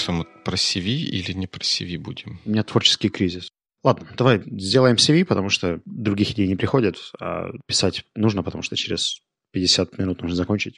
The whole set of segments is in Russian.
что мы про CV или не про CV будем? У меня творческий кризис. Ладно, давай сделаем CV, потому что других идей не приходит, а писать нужно, потому что через 50 минут нужно закончить.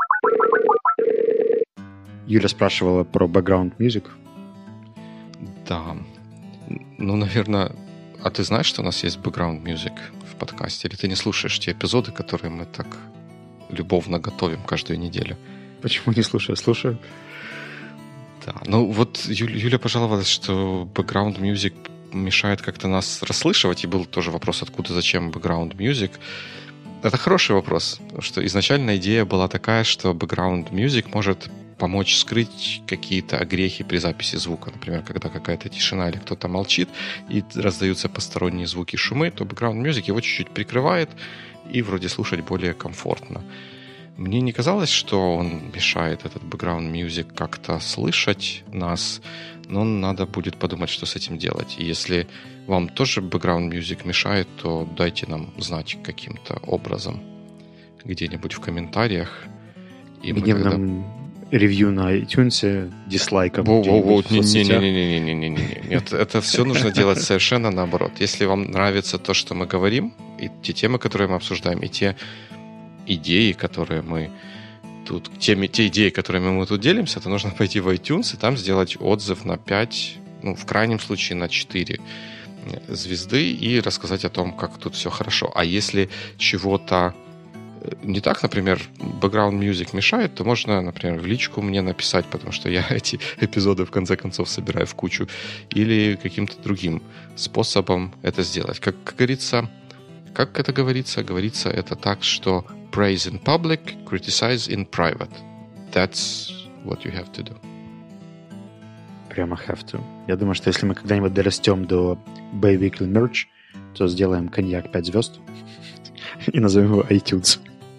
Юля спрашивала про background music. Да. Ну, наверное... А ты знаешь, что у нас есть background music в подкасте? Или ты не слушаешь те эпизоды, которые мы так любовно готовим каждую неделю? Почему не слушаю? Слушаю. Да. Ну, вот Юля пожаловалась, что background music мешает как-то нас расслышивать. И был тоже вопрос, откуда, зачем background music. Это хороший вопрос. Потому что изначально идея была такая, что background music может помочь скрыть какие-то огрехи при записи звука. Например, когда какая-то тишина или кто-то молчит, и раздаются посторонние звуки, шумы, то background music его чуть-чуть прикрывает, и вроде слушать более комфортно. Мне не казалось, что он мешает, этот background music, как-то слышать нас, но надо будет подумать, что с этим делать. И если вам тоже background music мешает, то дайте нам знать каким-то образом где-нибудь в комментариях. И мы тогда... ревью на iTunes, дизлайком в соцсетях. Нет, это все нужно делать совершенно наоборот. Если вам нравится то, что мы говорим, и те темы, которые мы обсуждаем, и те идеи, которые мы тут... Те идеи, которыми мы тут делимся, то нужно пойти в iTunes и там сделать отзыв на 5, ну, в крайнем случае на 4 звезды и рассказать о том, как тут все хорошо. А если чего-то не так, например, background music мешает, то можно, например, в личку мне написать, потому что я эти эпизоды в конце концов собираю в кучу, или каким-то другим способом это сделать. Как говорится, как это говорится? Говорится это так, что praise in public, criticize in private. That's what you have to do. Прямо have to. Я думаю, что если мы когда-нибудь дорастем до Bay Weekly Merch, то сделаем коньяк 5 звезд и назовем его iTunes.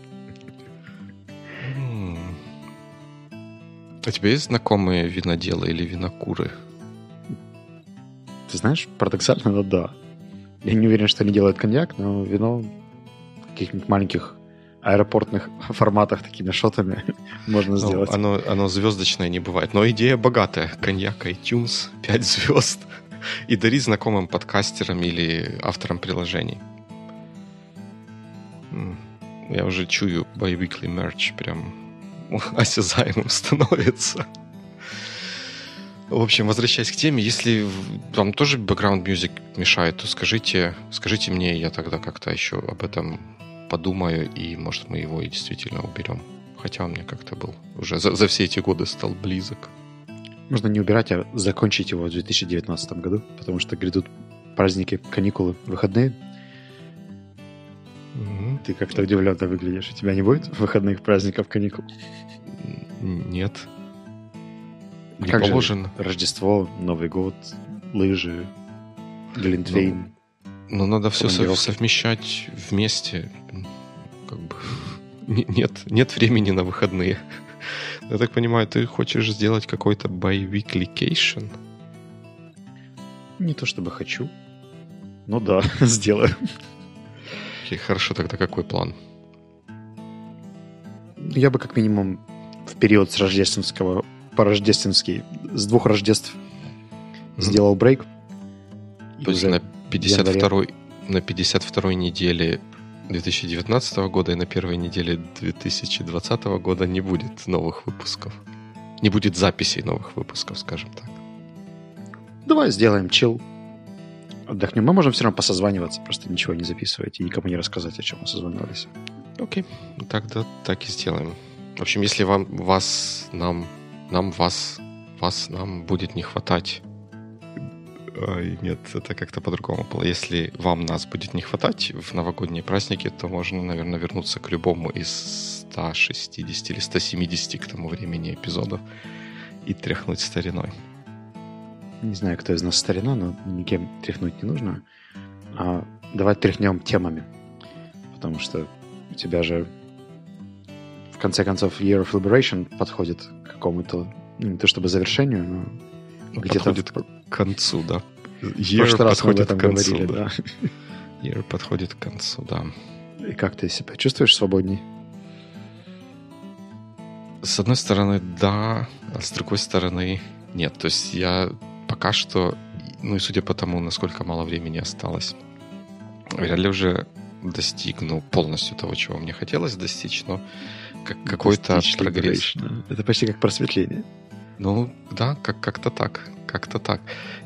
У тебя есть знакомые виноделы или винокуры? Ты знаешь, парадоксально, но да. Я не уверен, что они делают коньяк, но вино в каких-нибудь маленьких аэропортных форматах такими шотами можно сделать. Оно звездочное не бывает. Но идея богатая. Коньяк, iTunes, 5 звезд. И дарить знакомым подкастерам или авторам приложений. Я уже чую bi-weekly merch прям осязаемым становится. В общем, возвращаясь к теме, если вам тоже background music мешает, то скажите мне, я тогда как-то еще об этом подумаю, и, может, мы его и действительно уберем. Хотя он мне как-то был уже за все эти годы стал близок. Можно не убирать, а закончить его в 2019 году, потому что грядут праздники, каникулы, выходные. Ты как-то удивленно выглядишь. У тебя не будет выходных праздников, каникул? Нет. Не как положено. Же Рождество, Новый год, лыжи, глинтвейн. Ну, надо все совмещать вместе. Как бы нет времени на выходные. Я так понимаю, ты хочешь сделать какой-то bi-weeklycation? Не то чтобы хочу. Ну да, сделаю. Окей, хорошо, тогда какой план? Я бы как минимум в период с рождественского по рождественский, с 2 Рождеств сделал брейк. То есть на 52-й неделе 2019 года и на первой неделе 2020 года не будет новых выпусков. Не будет записей новых выпусков, скажем так. Давай сделаем чил. Отдохнем. Мы можем все равно посозваниваться, просто ничего не записывать и никому не рассказать, о чем мы созванивались. Окей, тогда так и сделаем. В общем, если нам будет не хватать... Ой, нет, это как-то по-другому было. Если вам нас будет не хватать в новогодние праздники, то можно, наверное, вернуться к любому из 160 или 170 к тому времени эпизодов и тряхнуть стариной. Не знаю, кто из нас старина, но никем тряхнуть не нужно. Давай тряхнем темами. Потому что у тебя же в конце концов Year of Liberation подходит к какому-то, не то чтобы завершению, но где-то подходит к концу, да. Year подходит к концу, говорили, да. Year подходит к концу, да. И как ты себя чувствуешь свободней? С одной стороны, да, а с другой стороны, Нет, то есть я пока что, ну и судя по тому, насколько мало времени осталось, вряд ли уже достигну полностью того, чего мне хотелось достичь, но какой-то прогресс. Это почти как просветление. Ну, да, как-то так. Как-то так.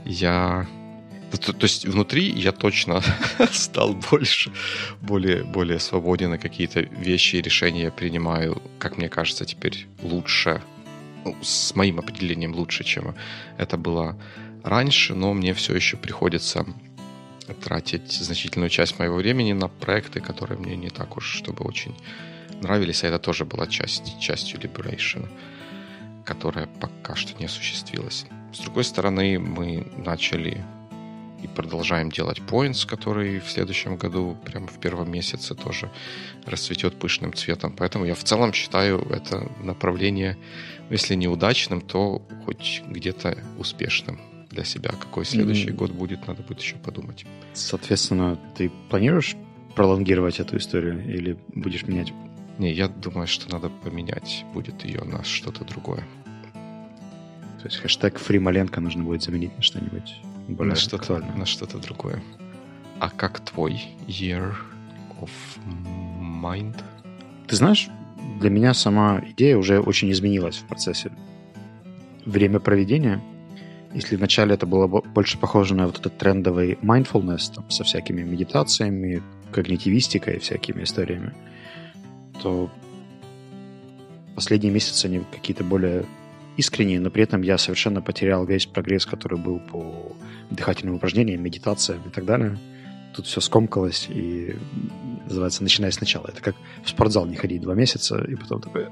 То есть внутри я точно стал более свободен, и какие-то вещи и решения я принимаю, как мне кажется, теперь лучше, ну, с моим определением лучше, чем это было раньше, но мне все еще приходится тратить значительную часть моего времени на проекты, которые мне не так уж, чтобы очень нравились, а это тоже была частью Liberation, которая пока что не осуществилась. С другой стороны, мы начали и продолжаем делать Points, который в следующем году, прямо в первом месяце, тоже расцветет пышным цветом. Поэтому я в целом считаю это направление, если не удачным, то хоть где-то успешным для себя. Какой следующий год будет, надо будет еще подумать. Соответственно, ты планируешь пролонгировать эту историю или будешь менять? Не, я думаю, что надо поменять будет ее на что-то другое. То есть хэштег «Фрималенко» нужно будет заменить на что-нибудь более актуальное. На что-то другое. А как твой Year of Mind? Ты знаешь, для меня сама идея уже очень изменилась в процессе. Время проведения, если вначале это было больше похоже на вот этот трендовый mindfulness там, со всякими медитациями, когнитивистикой и всякими историями, то последние месяцы они какие-то более искренние, но при этом я совершенно потерял весь прогресс, который был по дыхательным упражнениям, медитациям и так далее. Тут все скомкалось и, называется, начиная сначала. Это как в спортзал не ходить 2 месяца, и потом такой...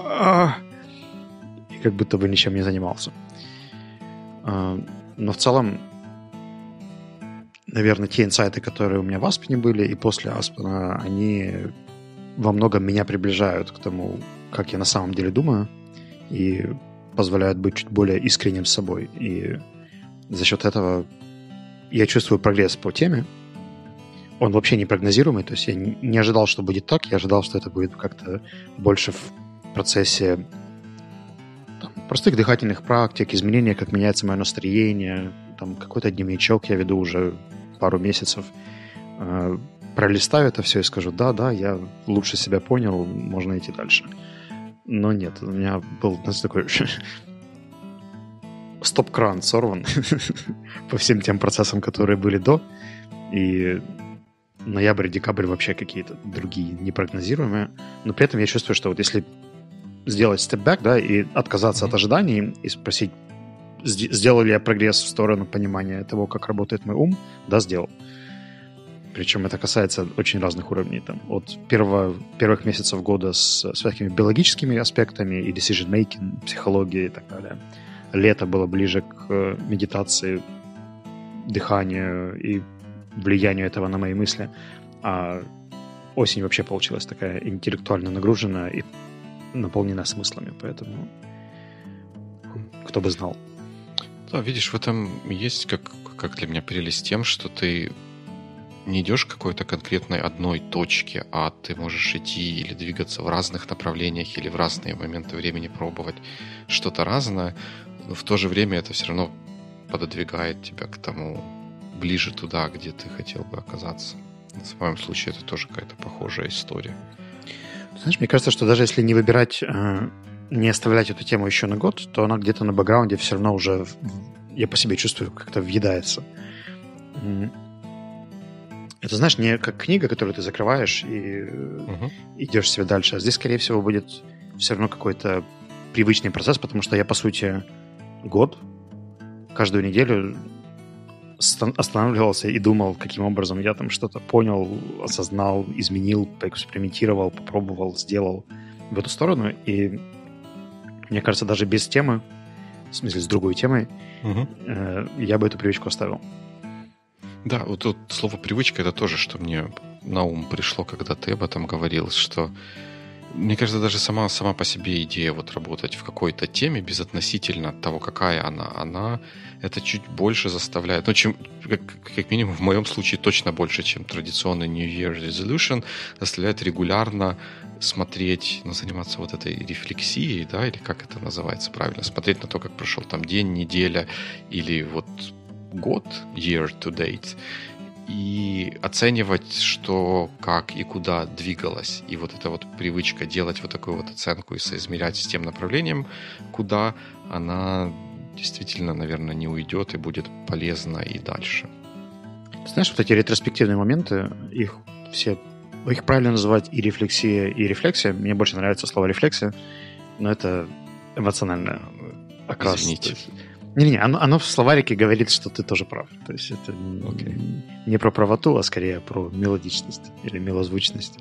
И как будто бы ничем не занимался. Но в целом, наверное, те инсайты, которые у меня в Аспене были, и после Аспена, они во многом меня приближают к тому, как я на самом деле думаю, и позволяют быть чуть более искренним с собой. И за счет этого я чувствую прогресс по теме. Он вообще непрогнозируемый, то есть я не ожидал, что будет так, я ожидал, что это будет как-то больше в процессе там, простых дыхательных практик, изменения, как меняется мое настроение, там какой-то дневничок я веду уже пару месяцев. Пролистаю это все и скажу, да, я лучше себя понял, можно идти дальше. Но нет, у меня был такой стоп-кран сорван по всем тем процессам, которые были до. И ноябрь, декабрь вообще какие-то другие, непрогнозируемые. Но при этом я чувствую, что вот если сделать степ-бэк, да, и отказаться от ожиданий и спросить, сделал ли я прогресс в сторону понимания того, как работает мой ум, да, сделал. Причем это касается очень разных уровней. Там, от первых месяцев года с всякими биологическими аспектами и decision-making, психологией и так далее. Лето было ближе к медитации, дыханию и влиянию этого на мои мысли. А осень вообще получилась такая интеллектуально нагруженная и наполнена смыслами. Поэтому кто бы знал. Да, видишь, в этом есть как для меня прелесть тем, что ты не идешь к какой-то конкретной одной точке, а ты можешь идти или двигаться в разных направлениях, или в разные моменты времени пробовать что-то разное, но в то же время это все равно пододвигает тебя к тому, ближе туда, где ты хотел бы оказаться. В моем случае это тоже какая-то похожая история. Знаешь, мне кажется, что даже если не выбирать, не оставлять эту тему еще на год, то она где-то на бэкграунде все равно уже, я по себе чувствую, как-то въедается. Это, знаешь, не как книга, которую ты закрываешь и идешь себе дальше. А здесь, скорее всего, будет все равно какой-то привычный процесс, потому что я, по сути, год, каждую неделю останавливался и думал, каким образом я там что-то понял, осознал, изменил, поэкспериментировал, попробовал, сделал в эту сторону. И мне кажется, даже без темы, в смысле, с другой темой, я бы эту привычку оставил. Да, вот тут слово «привычка» — это тоже, что мне на ум пришло, когда ты об этом говорил, что Мне кажется, даже сама по себе идея вот работать в какой-то теме безотносительно того, какая она это чуть больше заставляет, ну, чем, как минимум в моем случае точно больше, чем традиционный New Year Resolution, заставляет регулярно смотреть, ну, заниматься вот этой рефлексией, да, или как это называется правильно, смотреть на то, как прошел там день, неделя или вот год, year to date, и оценивать, что, как и куда двигалось. И вот эта вот привычка делать вот такую вот оценку и соизмерять с тем направлением, куда она действительно, наверное, не уйдет и будет полезна и дальше. Знаешь, вот эти ретроспективные моменты, их правильно называть и рефлексия, и рефлексия. Мне больше нравится слово рефлексия, но это эмоциональная окрас. Извините. Не-не, оно в словарике говорит, что ты тоже прав. То есть это не про правоту, а скорее про мелодичность или милозвучность.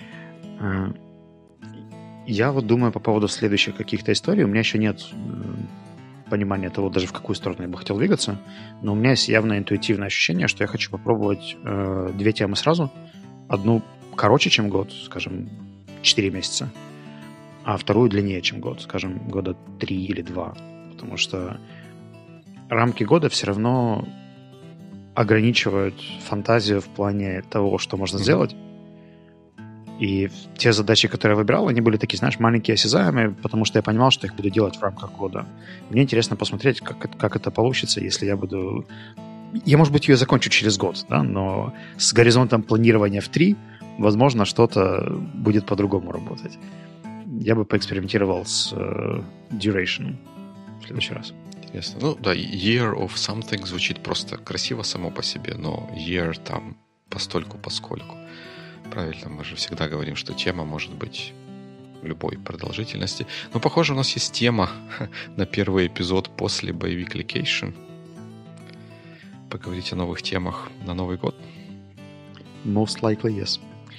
Я вот думаю по поводу следующих каких-то историй. У меня еще нет понимания того, даже в какую сторону я бы хотел двигаться, но у меня есть явное интуитивное ощущение, что я хочу попробовать две темы сразу. Одну короче, чем год, скажем, 4 месяца, а вторую длиннее, чем год, скажем, года 3 или 2. Потому что рамки года все равно ограничивают фантазию в плане того, что можно сделать. И те задачи, которые я выбирал, они были такие, знаешь, маленькие, осязаемые, потому что я понимал, что их буду делать в рамках года. Мне интересно посмотреть, как это получится, если я буду... Я, может быть, ее закончу через год, да, но с горизонтом планирования в 3, возможно, что-то будет по-другому работать. Я бы поэкспериментировал с duration в следующий раз. Интересно. Ну, да, year of something звучит просто красиво само по себе, но year там постольку-поскольку. Правильно, мы же всегда говорим, что тема может быть любой продолжительности. Но, похоже, у нас есть тема на первый эпизод после боевик-ликейшн. Поговорить о новых темах на Новый год. Most likely, yes.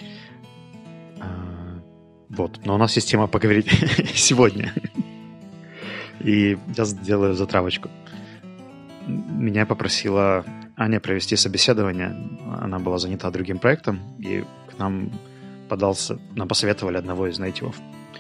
Вот, но у нас есть тема поговорить сегодня. И я сделаю затравочку. Меня попросила Аня провести собеседование. Она была занята другим проектом, и к нам нам посоветовали одного из нейтивов.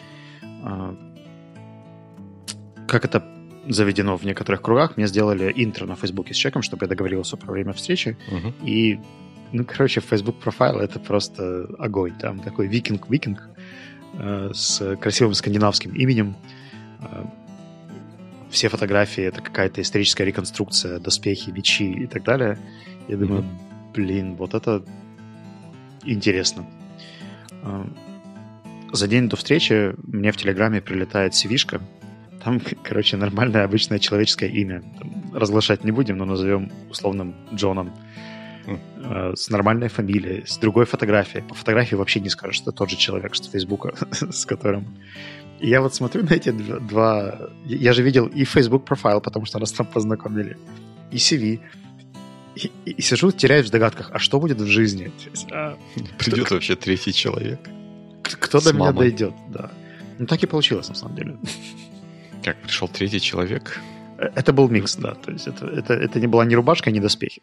Как это заведено в некоторых кругах, мне сделали интро на Фейсбуке с человеком, чтобы я договорился про время встречи. И, Facebook профайл — это просто огонь. Там такой викинг с красивым скандинавским именем. Все фотографии — это какая-то историческая реконструкция, доспехи, мечи и так далее. Я думаю, вот это интересно. За день до встречи мне в Телеграме прилетает CV-шка. Там, нормальное обычное человеческое имя. Разглашать не будем, но назовем условным Джоном. С нормальной фамилией, с другой фотографией. По фотографии вообще не скажешь, что тот же человек, что с Фейсбука, с которым... И я вот смотрю на эти два... Я же видел и Facebook профайл, потому что нас там познакомили, и CV. И сижу, теряюсь в догадках, а что будет в жизни? Придет вообще третий человек. Кто до меня дойдет, да. Ну, так и получилось, на самом деле. Как пришел третий человек? Это был микс, да. То есть это не была ни рубашка, ни доспехи.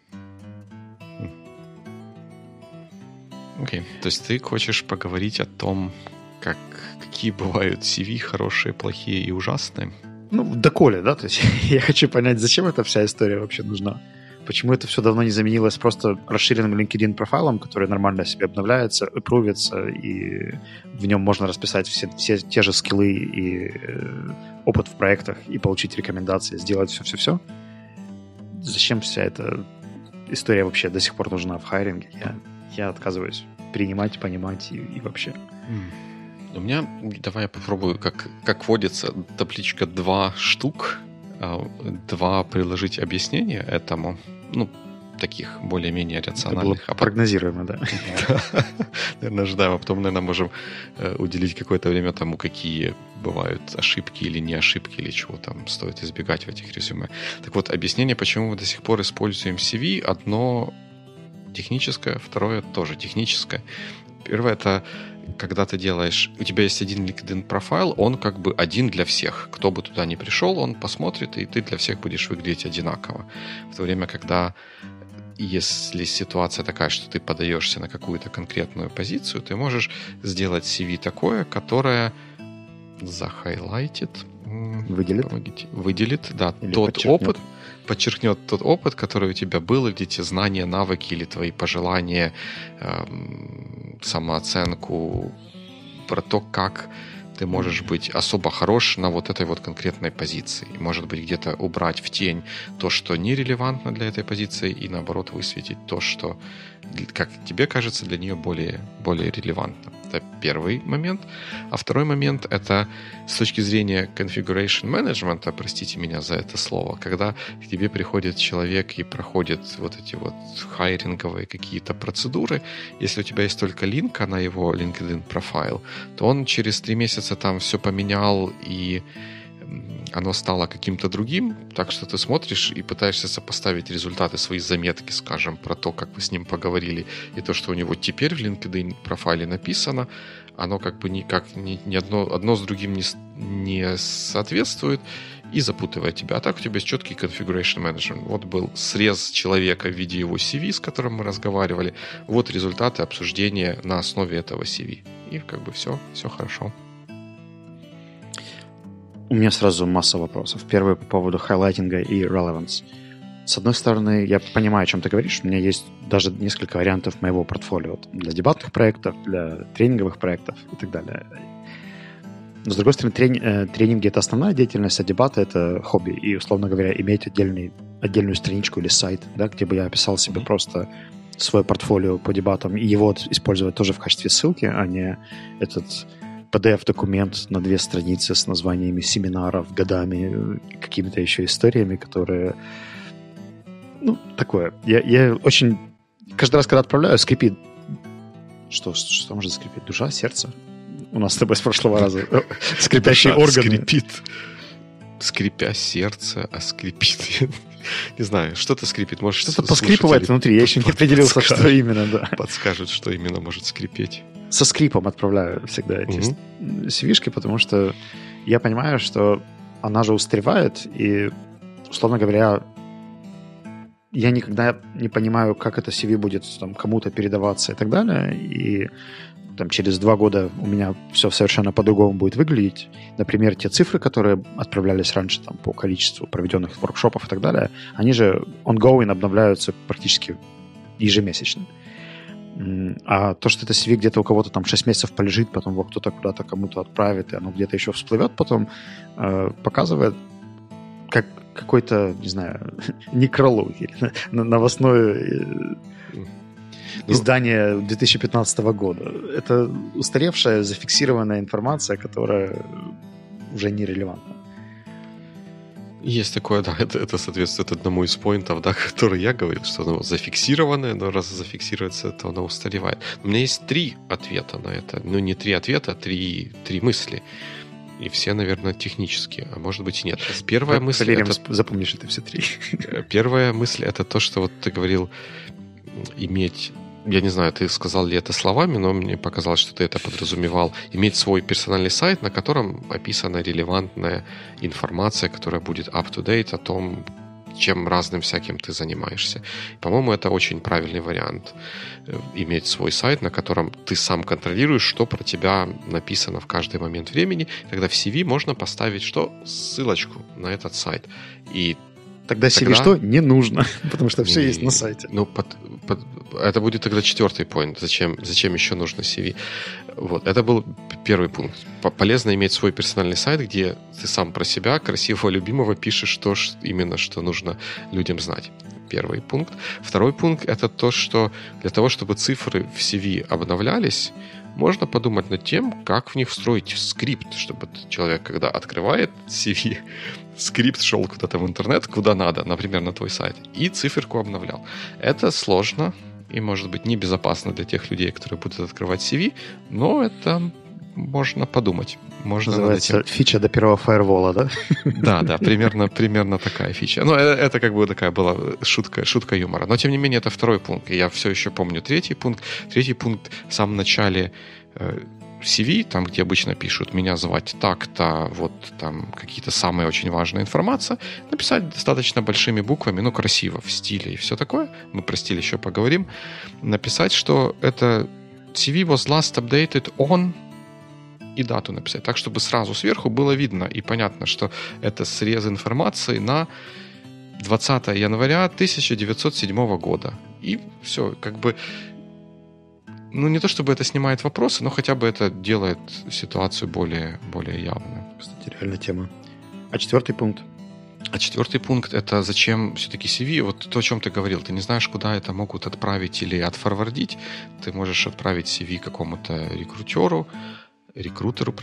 Окей. То есть ты хочешь поговорить о том, какие бывают CV, хорошие, плохие и ужасные? Ну, доколе, да? То есть я хочу понять, зачем эта вся история вообще нужна? Почему это все давно не заменилось просто расширенным LinkedIn профайлом, который нормально себе обновляется, апрувится, и в нем можно расписать все те же скиллы и опыт в проектах, и получить рекомендации, сделать все-все-все? Зачем вся эта история вообще до сих пор нужна в хайринге? Я отказываюсь принимать, понимать и вообще. У меня, давай я попробую, как водится, табличка 2 штук, 2 приложить объяснения этому, таких более-менее рациональных. Это было прогнозируемо, да. Наверное, ожидаем, а потом, наверное, можем уделить какое-то время тому, какие бывают ошибки или не ошибки, или чего там стоит избегать в этих резюме. Так вот, объяснение, почему мы до сих пор используем CV, одно техническое, второе тоже техническое. Первое — это когда ты делаешь... У тебя есть один LinkedIn профайл, он как бы один для всех. Кто бы туда ни пришел, он посмотрит, и ты для всех будешь выглядеть одинаково. В то время, когда если ситуация такая, что ты подаешься на какую-то конкретную позицию, ты можешь сделать CV такое, которое захайлайтит, выделит, да, или тот опыт, подчеркнет тот опыт, который у тебя был, или те знания, навыки, или твои пожелания, самооценку, про то, как ты можешь быть особо хорош на вот этой вот конкретной позиции. Может быть, где-то убрать в тень то, что нерелевантно для этой позиции, и наоборот высветить то, что, как тебе кажется, для нее более релевантно. Это первый момент. А второй момент — это с точки зрения configuration management, простите меня за это слово, когда к тебе приходит человек и проходит вот эти вот хайринговые какие-то процедуры, если у тебя есть только линк на его LinkedIn профайл, то он через 3 месяца там все поменял, и оно стало каким-то другим, так что ты смотришь и пытаешься сопоставить результаты, свои заметки, скажем, про то, как вы с ним поговорили, и то, что у него теперь в LinkedIn профайле написано, оно как бы никак одно с другим не соответствует и запутывает тебя. А так у тебя есть четкий configuration management. Вот был срез человека в виде его CV, с которым мы разговаривали, вот результаты обсуждения на основе этого CV. И как бы все хорошо. У меня сразу масса вопросов. Первый по поводу хайлайтинга и relevance. С одной стороны, я понимаю, о чем ты говоришь. У меня есть даже несколько вариантов моего портфолио для дебатных проектов, для тренинговых проектов и так далее. Но, с другой стороны, тренинги — это основная деятельность, а дебаты — это хобби. И, условно говоря, иметь отдельную страничку или сайт, да, где бы я описал себе просто свое портфолио по дебатам, и его использовать тоже в качестве ссылки, а не этот PDF-документ на 2 страницы с названиями семинаров, годами, какими-то еще историями, которые... Ну, такое. Я очень... Каждый раз, когда отправляю, скрипит... Что может скрипеть? Душа, сердце? У нас с тобой с прошлого раза скрипящие органы. Скрипит. Скрипя сердце, а скрипит... Не знаю, что-то скрипит. Может, что-то поскрипывает внутри. Я еще не определился, что именно, да. Подскажет, что именно может скрипеть. Со скрипом отправляю всегда эти CV-шки, потому что я понимаю, что она же устаревает, и, условно говоря, я никогда не понимаю, как это CV будет там кому-то передаваться и так далее, и там через 2 года у меня все совершенно по-другому будет выглядеть. Например, те цифры, которые отправлялись раньше там, по количеству проведенных воркшопов и так далее, они же ongoing обновляются практически ежемесячно. А то, что это CV где-то у кого-то там 6 месяцев полежит, потом его кто-то куда-то кому-то отправит, и оно где-то еще всплывет потом, показывает как какой-то, не знаю, некролог или новостное издание 2015 года. Это устаревшая, зафиксированная информация, которая уже нерелевантна. Есть такое, да, это соответствует одному из поинтов, да, который я говорил, что оно зафиксированное, но раз зафиксируется, то оно устаревает. У меня есть 3 ответа на это. Ну, не 3 ответа, а 3 мысли. И все, наверное, технические, а может быть и нет. Первая мысль... Проверим, запомнишь это все 3. Первая мысль — это то, что вот ты говорил, иметь... Я не знаю, ты сказал ли это словами, но мне показалось, что ты это подразумевал. Иметь свой персональный сайт, на котором описана релевантная информация, которая будет up-to-date о том, чем разным всяким ты занимаешься. По-моему, это очень правильный вариант. Иметь свой сайт, на котором ты сам контролируешь, что про тебя написано в каждый момент времени. Тогда в CV можно поставить что? Ссылочку на этот сайт. И Тогда CV что? Не нужно, потому что все есть на сайте. Ну, это будет тогда 4-й поинт. Зачем еще нужно CV? Вот, это был первый пункт. Полезно иметь свой персональный сайт, где ты сам про себя, красивого, любимого, пишешь то, что нужно людям знать. Первый пункт. Второй пункт — это то, что для того, чтобы цифры в CV обновлялись, можно подумать над тем, как в них встроить скрипт, чтобы человек, когда открывает CV, скрипт шел куда-то в интернет, куда надо, например, на твой сайт, и циферку обновлял. Это сложно и, может быть, небезопасно для тех людей, которые будут открывать CV, но это можно подумать. Можно называется фича до первого фаервола, да? Да, примерно такая фича. Но это как бы такая была шутка юмора. Но, тем не менее, это 2-й пункт. И я все еще помню 3-й пункт. 3-й пункт в самом начале CV, там, где обычно пишут «меня звать так-то», вот там какие-то самые очень важные информация, написать достаточно большими буквами, ну, красиво, в стиле и все такое. Мы про стиль еще поговорим. Написать, что это CV was last updated on, и дату написать, так, чтобы сразу сверху было видно и понятно, что это срез информации на 20 января 1907 года. И все, как бы, ну, не то чтобы это снимает вопросы, но хотя бы это делает ситуацию более явной. Кстати, реальная тема. А четвертый пункт? А четвертый пункт — это зачем все-таки CV? Вот то, о чем ты говорил. Ты не знаешь, куда это могут отправить или отфорвардить. Ты можешь отправить CV какому-то рекрутеру,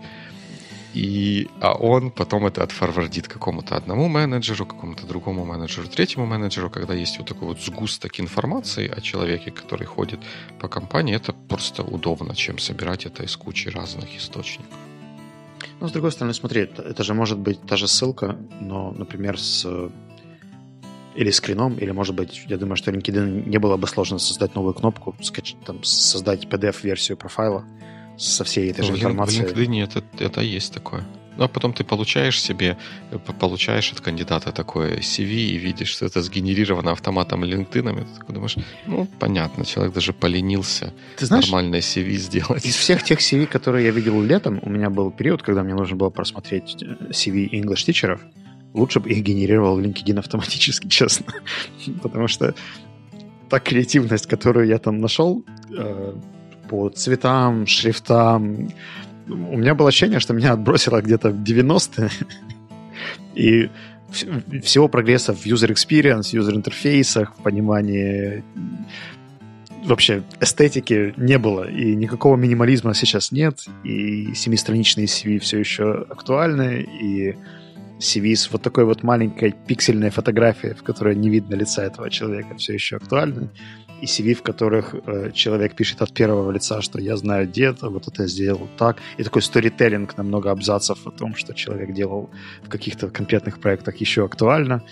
а он потом это отфорвардит какому-то одному менеджеру, какому-то другому менеджеру, третьему менеджеру. Когда есть вот такой вот сгусток информации о человеке, который ходит по компании, это просто удобно, чем собирать это из кучи разных источников. Ну, с другой стороны, смотри, это же может быть та же ссылка, но, например, или скрином, или, может быть, я думаю, что LinkedIn не было бы сложно создать новую кнопку, создать PDF-версию профайла со всей этой же информацией. В LinkedIn это есть такое. Ну, а потом ты получаешь от кандидата такое CV и видишь, что это сгенерировано автоматом LinkedIn, и ты такой думаешь, ну, понятно, человек даже поленился нормальное CV сделать. Из всех тех CV, которые я видел летом, у меня был период, когда мне нужно было просмотреть CV English тичеров, лучше бы их генерировал LinkedIn автоматически, честно. Потому что та креативность, которую я там нашел по цветам, шрифтам, у меня было ощущение, что меня отбросило где-то в 90-е. И всего прогресса в user experience, user интерфейсах, в понимании вообще эстетики не было. И никакого минимализма сейчас нет. И 7-страничные CV все еще актуальны. И CV с вот такой вот маленькой пиксельной фотографией, в которой не видно лица этого человека, все еще актуальны. И CV, в которых человек пишет от первого лица, что я знаю где-то, вот это я сделал так. И такой сторителлинг на много абзацев о том, что человек делал в каких-то конкретных проектах, еще актуально.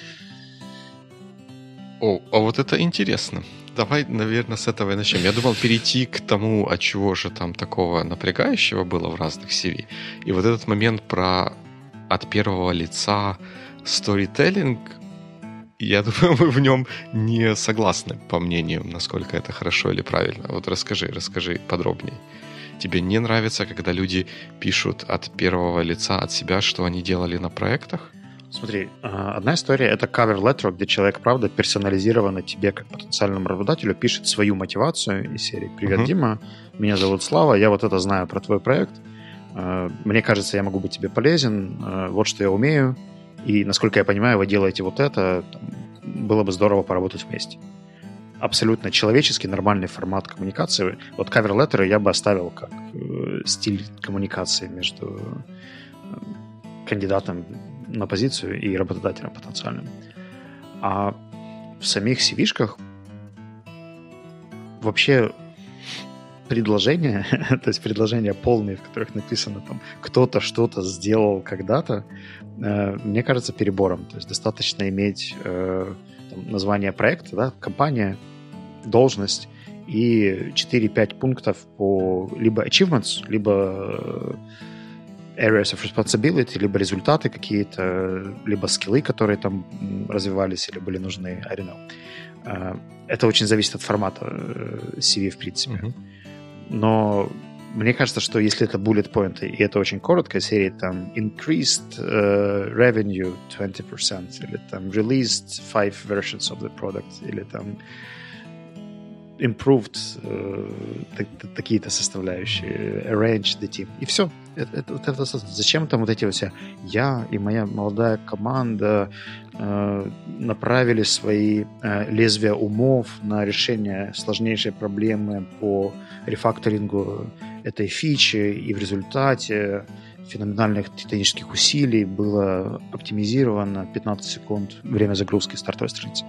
А вот это интересно. Давай, наверное, с этого и начнем. Я думал перейти к тому, а чего же там такого напрягающего было в разных CV. И вот этот момент про от первого лица сторителлинг, я думаю, мы в нем не согласны по мнению, насколько это хорошо или правильно. Вот расскажи подробнее. Тебе не нравится, когда люди пишут от первого лица от себя, что они делали на проектах? Смотри, одна история — это cover letter, где человек, правда, персонализированно тебе, как потенциальному работодателю, пишет свою мотивацию из серии «Привет, Дима, меня зовут Слава, я вот это знаю про твой проект. Мне кажется, я могу быть тебе полезен, вот что я умею, и, насколько я понимаю, вы делаете вот это, было бы здорово поработать вместе». Абсолютно человеческий, нормальный формат коммуникации. Вот cover letter я бы оставил как стиль коммуникации между кандидатом на позицию и работодателем потенциальным. А в самих CV-шках вообще предложения, то есть предложения полные, в которых написано там кто-то что-то сделал когда-то, мне кажется перебором. То есть достаточно иметь там, название проекта, да, компания, должность и 4-5 пунктов по либо achievements, либо areas of responsibility, либо результаты какие-то, либо скиллы, которые там развивались или были нужны, I don't know. Это очень зависит от формата CV, в принципе. Mm-hmm. Но мне кажется, что если это bullet point, и это очень короткая серия, там increased revenue 20%, или там released 5 versions of the product, или там improved такие-то составляющие, arranged the team. И все. Это зачем там вот эти вот все я и моя молодая команда направили свои лезвия умов на решение сложнейшей проблемы по рефакторингу этой фичи, и в результате феноменальных титанических усилий было оптимизировано 15 секунд время загрузки стартовой страницы.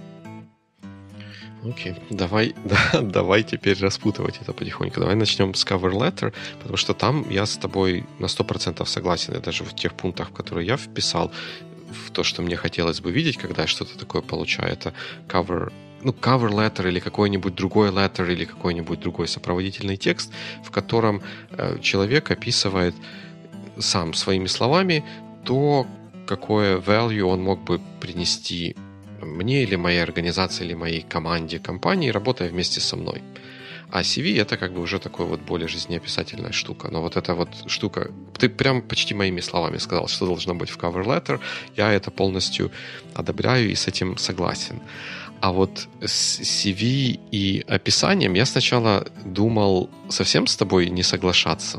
Окей, давай теперь распутывать это потихоньку. Давай начнем с cover letter, потому что там я с тобой на 100% согласен. И даже в тех пунктах, которые я вписал, в то, что мне хотелось бы видеть, когда я что-то такое получаю, это cover cover letter или какой-нибудь другой letter или какой-нибудь другой сопроводительный текст, в котором человек описывает сам своими словами то, какое value он мог бы принести мне или моей организации, или моей команде, компании, работая вместе со мной. А CV — это как бы уже такой вот более жизнеописательная штука. Но вот эта вот штука... Ты прям почти моими словами сказал, что должно быть в cover letter. Я это полностью одобряю и с этим согласен. А вот с CV и описанием я сначала думал совсем с тобой не соглашаться.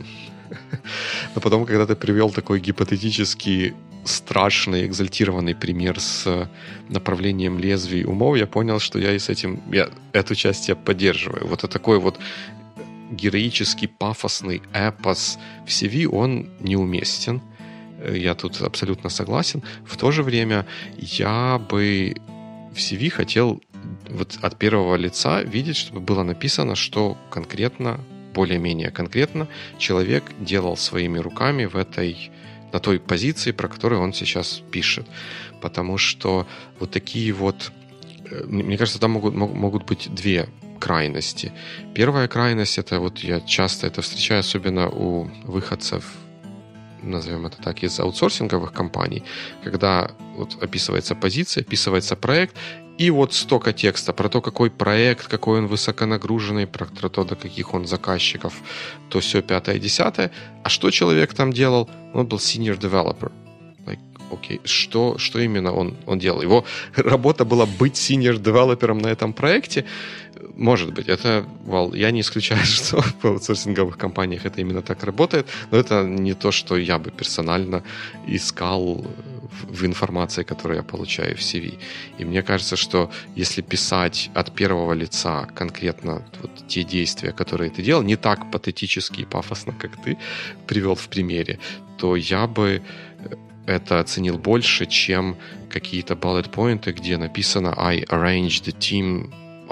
Но потом, когда ты привел такой гипотетический, страшный, экзальтированный пример с направлением лезвий умов, я понял, что я эту часть я поддерживаю. Вот такой вот героический, пафосный эпос в CV, он неуместен. Я тут абсолютно согласен. В то же время я бы в CV хотел вот от первого лица видеть, чтобы было написано, что конкретно, более-менее конкретно, человек делал своими руками на той позиции, про которую он сейчас пишет. Потому что вот такие вот... Мне кажется, там могут быть две крайности. Первая крайность, это вот я часто это встречаю, особенно у выходцев, назовем это так, из аутсорсинговых компаний, когда вот описывается позиция, описывается проект, и вот столько текста про то, какой проект, какой он высоконагруженный, про то, до каких он заказчиков, то все 5-10. А что человек там делал? Он был senior developer. Окей, что именно он делал? Его работа была быть senior-девелопером на этом проекте? Может быть. Я не исключаю, что в аутсорсинговых компаниях это именно так работает, но это не то, что я бы персонально искал в информации, которую я получаю в CV. И мне кажется, что если писать от первого лица конкретно вот те действия, которые ты делал, не так патетически и пафосно, как ты привел в примере, то я бы это оценил больше, чем какие-то bullet-поинты, где написано I arranged the team.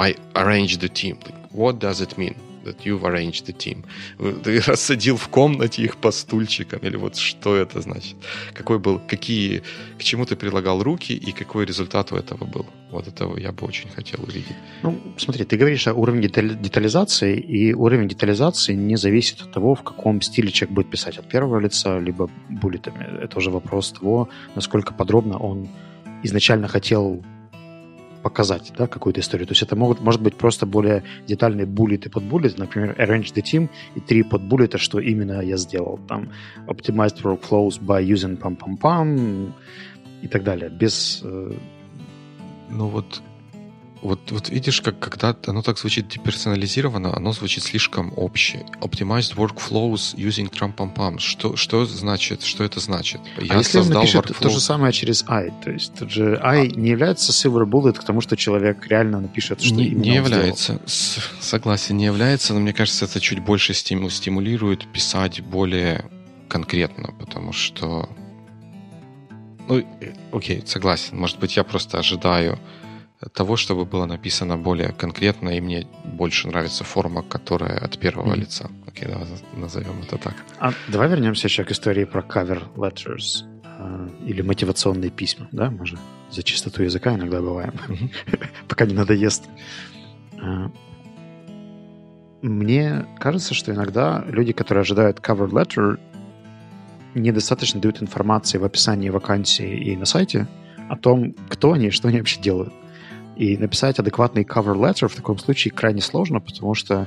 What does it mean that you've arranged the team? Ты рассадил в комнате их по стульчикам, или вот что это значит? К чему ты прилагал руки и какой результат у этого был? Вот этого я бы очень хотел увидеть. Смотри, ты говоришь о уровне детализации, и уровень детализации не зависит от того, в каком стиле человек будет писать, от первого лица, либо буллетами. Это уже вопрос того, насколько подробно он изначально хотел показать, да, какую-то историю. То есть это может быть просто более детальные буллеты под буллеты, например, arrange the team, и 3 подбуллета, что именно я сделал. Там optimized workflows by using pam-pam-pam и так далее. Без... Вот видишь, когда оно так звучит деперсонализированно, оно звучит слишком общее. Optimized workflows using tram-pam-pam. Что значит? Что это значит? Я если он напишет то же самое через I, то есть тот же I не является silver bullet к тому, что человек реально напишет, что именно не является. Согласен, не является, но мне кажется, это чуть больше стимулирует писать более конкретно, потому что... Окей, согласен. Может быть, я просто ожидаю того, чтобы было написано более конкретно, и мне больше нравится форма, которая от первого лица. Окей, давай назовем это так. Давай вернемся еще к истории про cover letters или мотивационные письма. Да? Мы же за чистоту языка иногда бываем, пока не надоест. Мне кажется, что иногда люди, которые ожидают cover letter, недостаточно дают информации в описании вакансии и на сайте о том, кто они и что они вообще делают. И написать адекватный cover letter в таком случае крайне сложно, потому что,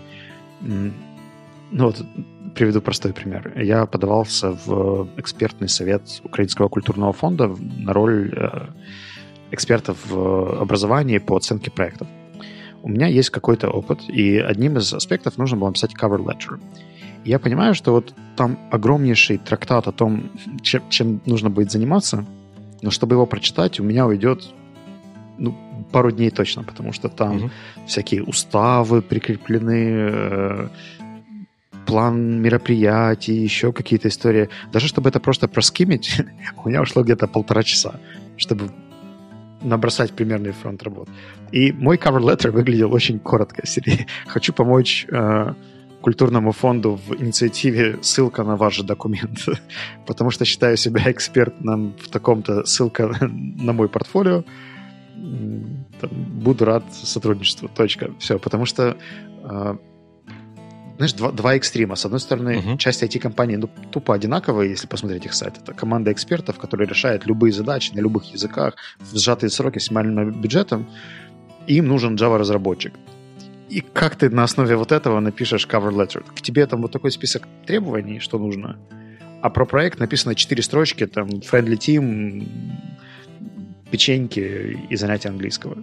приведу простой пример. Я подавался в экспертный совет Украинского культурного фонда на роль экспертов в образовании по оценке проектов. У меня есть какой-то опыт, и одним из аспектов нужно было написать cover letter. И я понимаю, что вот там огромнейший трактат о том, чем нужно будет заниматься, но чтобы его прочитать, у меня уйдет пару дней точно, потому что там всякие уставы прикреплены, план мероприятий, еще какие-то истории. Даже чтобы это просто проскимить, у меня ушло где-то 1,5 часа, чтобы набросать примерный фронт работ. И мой cover letter выглядел очень коротко. Хочу помочь культурному фонду в инициативе «Ссылка на ваш же документ», потому что считаю себя экспертом в таком-то, ссылка на мой портфолио. буду рад сотрудничеству. Точка. Все. Потому что, знаешь, два экстрима. С одной стороны, часть IT-компаний тупо одинаковые, если посмотреть их сайт. Это команда экспертов, которые решают любые задачи на любых языках в сжатые сроки с минимальным бюджетом. И им нужен Java-разработчик. И как ты на основе вот этого напишешь cover letter? К тебе там вот такой список требований, что нужно, а про проект написано 4 строчки, там, friendly team, печеньки и занятия английского.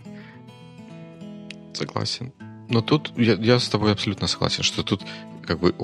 Согласен. Но тут я с тобой абсолютно согласен, что тут как бы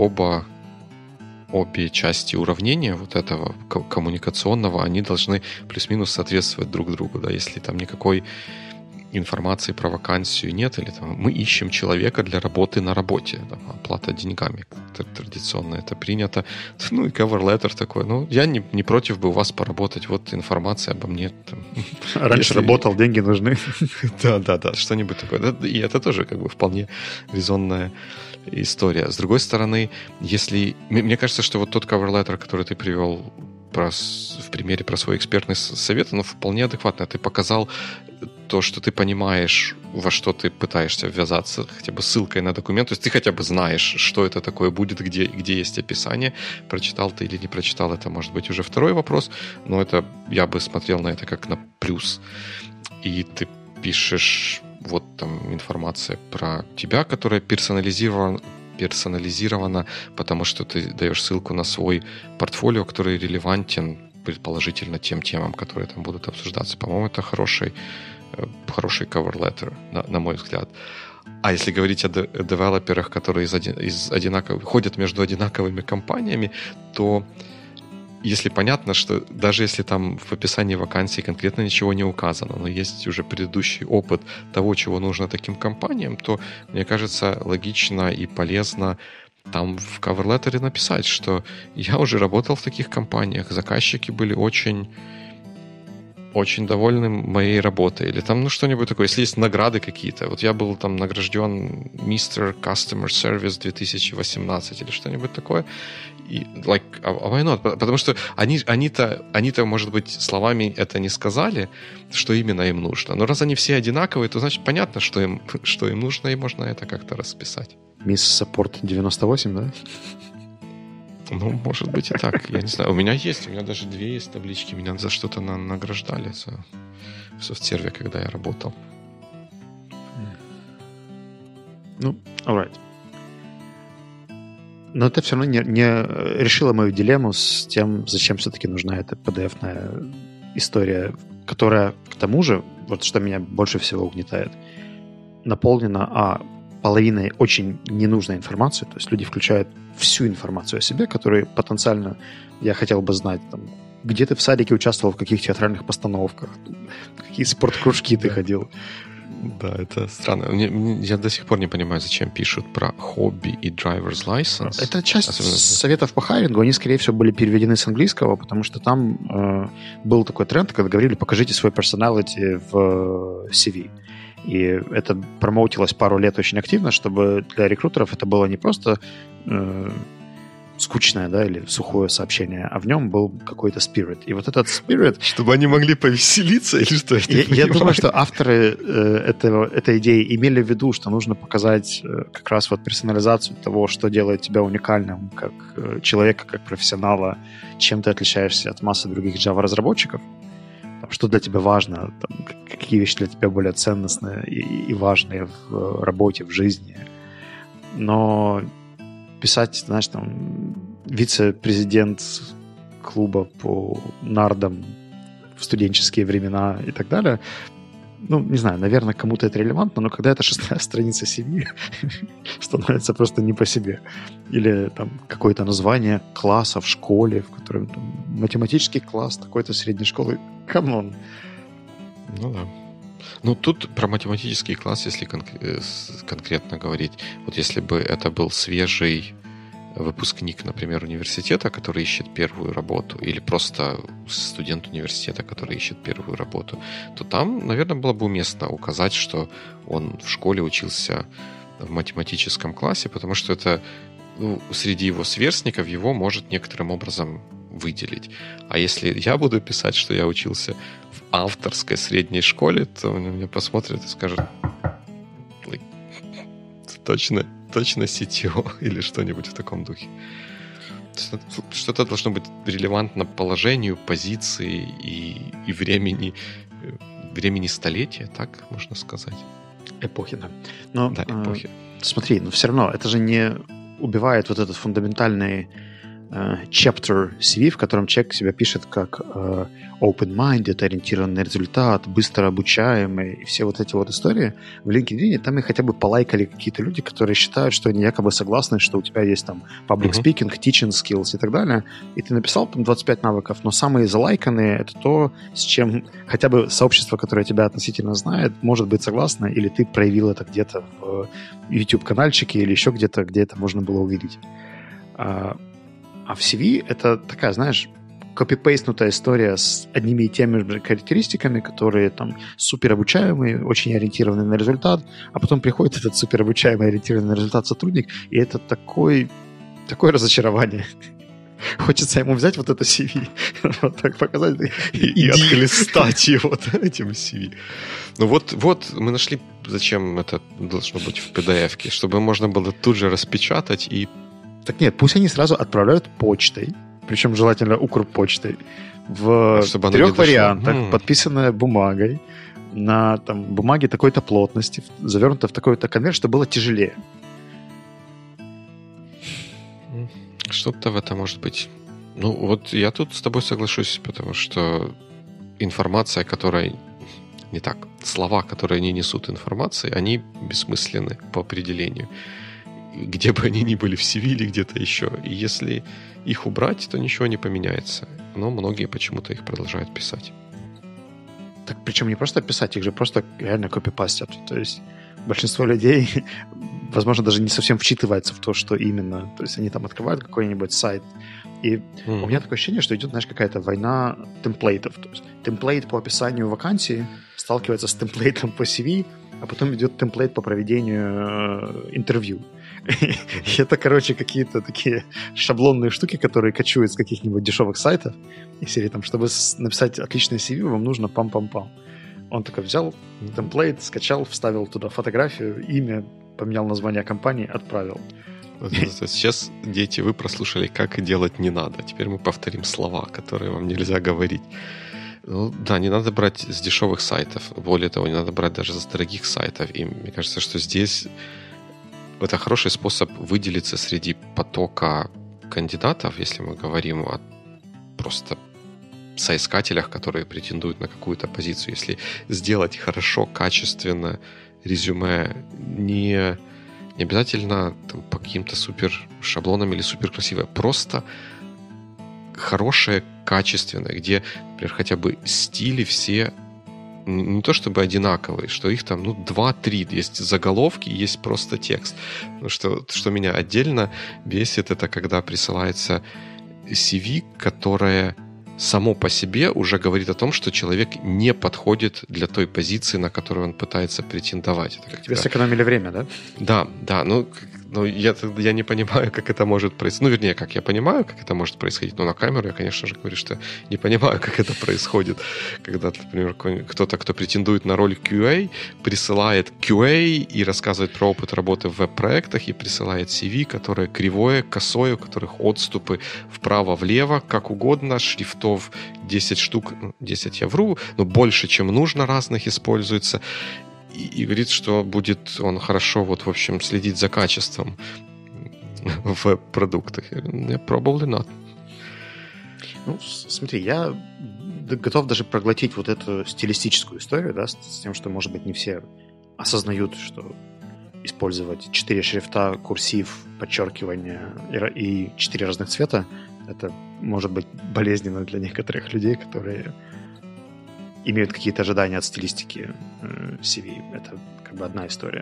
обе части уравнения вот этого коммуникационного, они должны плюс-минус соответствовать друг другу, да, если там никакой информации про вакансию нет, или там мы ищем человека для работы на работе, там, оплата деньгами, традиционно это принято, ну и cover letter такой, ну я не против бы у вас поработать, вот информация обо мне. Там, раньше работал, деньги нужны. Да, что-нибудь такое. И это тоже как бы вполне резонная история. С другой стороны, если... Мне кажется, что вот тот cover letter, который ты привел в примере про свой экспертный совет, он вполне адекватно. Ты показал то, что ты понимаешь, во что ты пытаешься ввязаться, хотя бы ссылкой на документ. То есть ты хотя бы знаешь, что это такое будет, где есть описание. Прочитал ты или не прочитал, это может быть уже второй вопрос, но это я бы смотрел на это как на плюс. И ты пишешь вот там информация про тебя, которая персонализирована, потому что ты даешь ссылку на свой портфолио, который релевантен предположительно тем темам, которые там будут обсуждаться. По-моему, это хороший cover letter, на мой взгляд. А если говорить о девелоперах, которые ходят между одинаковыми компаниями, то если понятно, что даже если там в описании вакансии конкретно ничего не указано, но есть уже предыдущий опыт того, чего нужно таким компаниям, то, мне кажется, логично и полезно там в cover letter написать, что я уже работал в таких компаниях, заказчики были очень довольны моей работой. Или там, что-нибудь такое. Если есть награды какие-то. Вот я был там награжден Mr. Customer Service 2018 или что-нибудь такое. И, why not? Потому что они-то, может быть, словами это не сказали, что именно им нужно. Но раз они все одинаковые, то, значит, понятно, что им нужно, и можно это как-то расписать. Miss Support 98, да? Ну, может быть и так. Я не знаю. У меня даже 2 есть таблички. Меня за что-то награждали в софтсерве, когда я работал. Ну, alright. Но это все равно не решило мою дилемму с тем, зачем все-таки нужна эта PDF-ная история, которая, к тому же, вот что меня больше всего угнетает, наполнена половиной очень ненужной информации, то есть люди включают всю информацию о себе, которую потенциально я хотел бы знать, там, где ты в садике участвовал, в каких театральных постановках, какие спорткружки ты ходил. Да, это странно. Я до сих пор не понимаю, зачем пишут про хобби и driver's license. Это часть советов по хайрингу, они, скорее всего, были переведены с английского, потому что там был такой тренд, когда говорили, покажите свой personality в CV. И это промоутилось пару лет очень активно, чтобы для рекрутеров это было не просто скучное, да, или сухое сообщение, а в нем был какой-то spirit. И вот этот spirit... Чтобы они могли повеселиться или что? Я думаю, что авторы этой идеи имели в виду, что нужно показать как раз вот персонализацию того, что делает тебя уникальным как человека, как профессионала, чем ты отличаешься от массы других Java-разработчиков, что для тебя важно, там, какие вещи для тебя более ценностные и важные в работе, в жизни. Но писать, знаешь, там, вице-президент клуба по нардам в студенческие времена и так далее, ну, не знаю, наверное, кому-то это релевантно, но когда это 6-я страница CV, становится просто не по себе. Или там какое-то название класса в школе, в котором там, математический класс такой-то средней школы. Камон. Ну да. Ну, тут про математический класс, если конкретно говорить, вот если бы это был свежий выпускник, например, университета, который ищет первую работу, или просто студент университета, который ищет первую работу, то там, наверное, было бы уместно указать, что он в школе учился в математическом классе, потому что это, ну, среди его сверстников его может некоторым образом выделить. А если я буду писать, что я учился в авторской средней школе, то меня посмотрят и скажут: точно CTO или что-нибудь в таком духе. Что-то должно быть релевантно положению, позиции и времени столетия, так можно сказать. Эпохи, да. Но, да, эпохи. Смотри, но все равно это же не убивает вот этот фундаментальный chapter CV, в котором человек себя пишет как open-minded, ориентированный на результат, быстро обучаемый, и все вот эти вот истории. В LinkedIn там их хотя бы полайкали какие-то люди, которые считают, что они якобы согласны, что у тебя есть там public speaking, teaching skills и так далее, и ты написал там 25 навыков, но самые залайканные — это то, с чем хотя бы сообщество, которое тебя относительно знает, может быть согласно, или ты проявил это где-то в YouTube-канальчике или еще где-то, где это можно было увидеть. А в CV это такая, знаешь, копипейстнутая история с одними и теми же характеристиками, которые там суперобучаемые, очень ориентированы на результат, а потом приходит этот суперобучаемый, ориентированный на результат сотрудник, и это такое разочарование. Хочется ему взять вот это CV, вот так показать и отхлестать его этим CV. Ну вот мы нашли, зачем это должно быть в PDF-ке, чтобы можно было тут же распечатать и... Так нет, пусть они сразу отправляют почтой, причем желательно Укрпочтой, в 3 вариантах, подписанная бумагой, на там, бумаге такой-то плотности, завернуто в такой-то конверт, чтобы было тяжелее. Что-то в этом может быть. Ну, вот я тут с тобой соглашусь, потому что информация, которая... Не так. Слова, которые не несут информации, они бессмысленны по определению. Где бы они ни были, в CV или где-то еще. И если их убрать, то ничего не поменяется. Но многие почему-то их продолжают писать. Так причем не просто писать, их же просто реально копипастят. То есть большинство людей, возможно, даже не совсем вчитывается в то, что именно. То есть они там открывают какой-нибудь сайт. И у меня такое ощущение, что идет, знаешь, какая-то война темплейтов. То есть темплейт по описанию вакансии сталкивается с темплейтом по CV, а потом идет темплейт по проведению интервью. И это, короче, какие-то такие шаблонные штуки, которые качуют с каких-нибудь дешевых сайтов. И серии там, чтобы написать отличное CV, вам нужно пам-пам-пам. Он такой взял темплейт, скачал, вставил туда фотографию, имя, поменял название компании, отправил. Сейчас, дети, вы прослушали, как делать не надо. Теперь мы повторим слова, которые вам нельзя говорить. Ну, да, не надо брать с дешевых сайтов. Более того, не надо брать даже с дорогих сайтов. И мне кажется, что здесь это хороший способ выделиться среди потока кандидатов, если мы говорим о просто соискателях, которые претендуют на какую-то позицию. Если сделать хорошо, качественно резюме, не обязательно там, по каким-то супер шаблонам или супер красивое, просто хорошее, качественное, где, например, хотя бы стили все не то чтобы одинаковые, что их там 2-3, есть заголовки, есть просто текст. Что меня отдельно бесит, это когда присылается CV, которое само по себе уже говорит о том, что человек не подходит для той позиции, на которую он пытается претендовать. Это тебе сэкономили время, да? Да. Я не понимаю, как это может происходить. Ну, вернее, как я понимаю, как это может происходить, но на камеру я, конечно же, говорю, что не понимаю, как это происходит. Когда, например, кто-то, кто претендует на роль QA, присылает QA и рассказывает про опыт работы в веб-проектах, и присылает CV, которое кривое, косое, у которых отступы вправо-влево, как угодно, шрифтов 10 штук, 10 я вру, но больше, чем нужно, разных используется. И говорит, что будет он хорошо, в общем, следить за качеством в продуктах. Probably not. Ну, смотри, я готов даже проглотить вот эту стилистическую историю, да, с тем, что, может быть, не все осознают, что использовать 4 шрифта, курсив, подчеркивание и 4 разных цвета, это может быть болезненно для некоторых людей, которые имеют какие-то ожидания от стилистики CV. Это как бы одна история.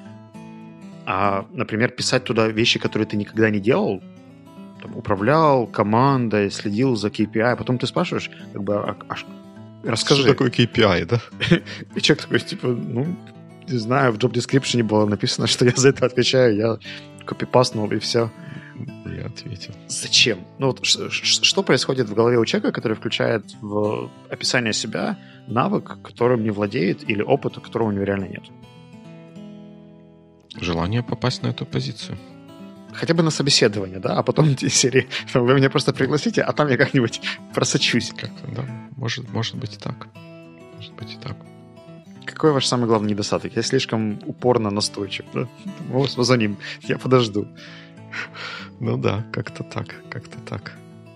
А, например, писать туда вещи, которые ты никогда не делал, там, управлял командой, следил за KPI, а потом ты спрашиваешь, как бы, расскажи. Что такое KPI, да? И человек такой, типа, не знаю, в job description было написано, что я за это отвечаю, я копипастнул, и все. Я ответил. Зачем? Ну вот что происходит в голове у человека, который включает в описание себя навык, которым не владеет, или опыт, которого у него реально нет? Желание попасть на эту позицию. Хотя бы на собеседование, да? А потом серии вы меня просто пригласите, а там я как-нибудь просочусь. Да, может быть и так. Может быть и так. Какой ваш самый главный недостаток? Я слишком упорно настойчив, да? Мы позвоним, я подожду. Ну да, как-то так.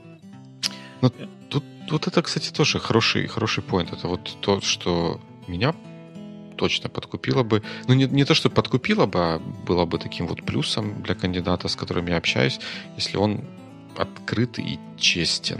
Но тут это, кстати, тоже хороший поинт. Это вот то, что меня точно подкупило бы. Ну, не то, что подкупило бы, а было бы таким вот плюсом для кандидата, с которым я общаюсь, если он открыт и честен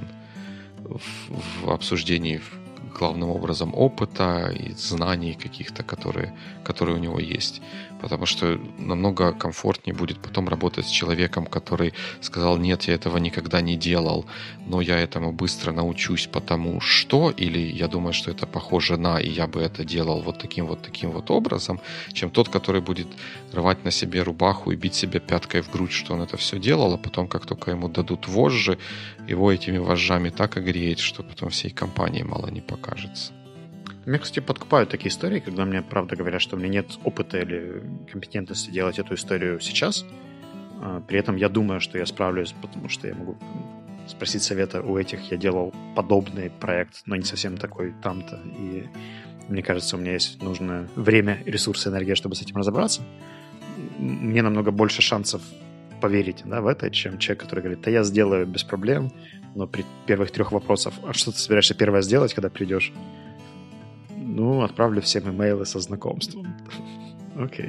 в обсуждении главным образом опыта и знаний каких-то, которые у него есть. Потому что намного комфортнее будет потом работать с человеком, который сказал: нет, я этого никогда не делал, но я этому быстро научусь, потому что, или я думаю, что это похоже на, и я бы это делал вот таким вот образом, чем тот, который будет рвать на себе рубаху и бить себя пяткой в грудь, что он это все делал, а потом, как только ему дадут вожжи, его этими вожжами так огреет, что потом всей компании мало не покажется. Меня, кстати, подкупают такие истории, когда мне правда говорят, что у меня нет опыта или компетентности делать эту историю сейчас. При этом я думаю, что я справлюсь, потому что я могу спросить совета у этих. Я делал подобный проект, но не совсем такой там-то. И мне кажется, у меня есть нужное время, ресурсы, энергия, чтобы с этим разобраться. Мне намного больше шансов поверить, да, в это, чем человек, который говорит: да я сделаю без проблем, но при первых 3 вопросах: а что ты собираешься первое сделать, когда придешь? Ну, отправлю всем имейлы со знакомством. Окей.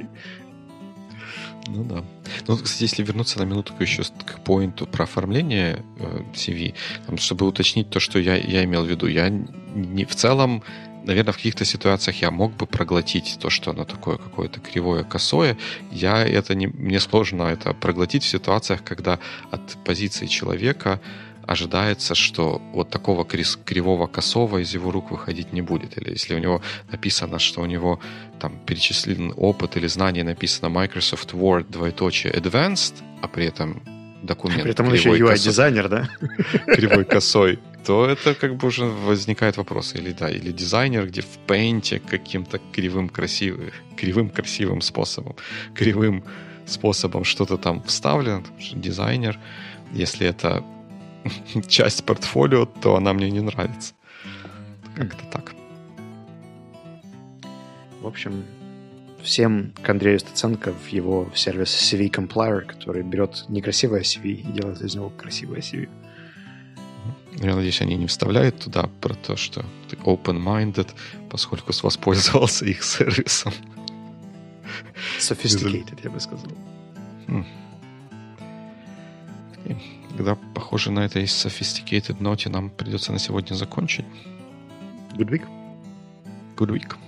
Ну да. Ну, кстати, если вернуться на минутку еще к поинту про оформление CV, там, чтобы уточнить то, что я имел в виду, я не в целом, наверное, в каких-то ситуациях я мог бы проглотить то, что оно такое какое-то кривое, косое. Мне сложно это проглотить в ситуациях, когда от позиции человека ожидается, что вот такого кривого косого из его рук выходить не будет. Или если у него написано, что у него там перечислен опыт или знание, написано Microsoft Word, Advanced, а при этом документ при этом он еще UI-дизайнер, да? Кривой косой, то это как бы уже возникает вопрос. Или дизайнер, где в Paint каким-то кривым красивым способом что-то там вставлено, дизайнер. Если это часть портфолио, то она мне не нравится. Как-то так. В общем, всем к Андрею Стеценко в его сервис CV Complier, который берет некрасивое CV и делает из него красивое CV. Я надеюсь, они не вставляют туда про то, что ты open-minded, поскольку воспользовался их сервисом. Sophisticated, я бы сказал. Когда, похоже, на этой sophisticated ноте нам придется на сегодня закончить. Good week. Good week.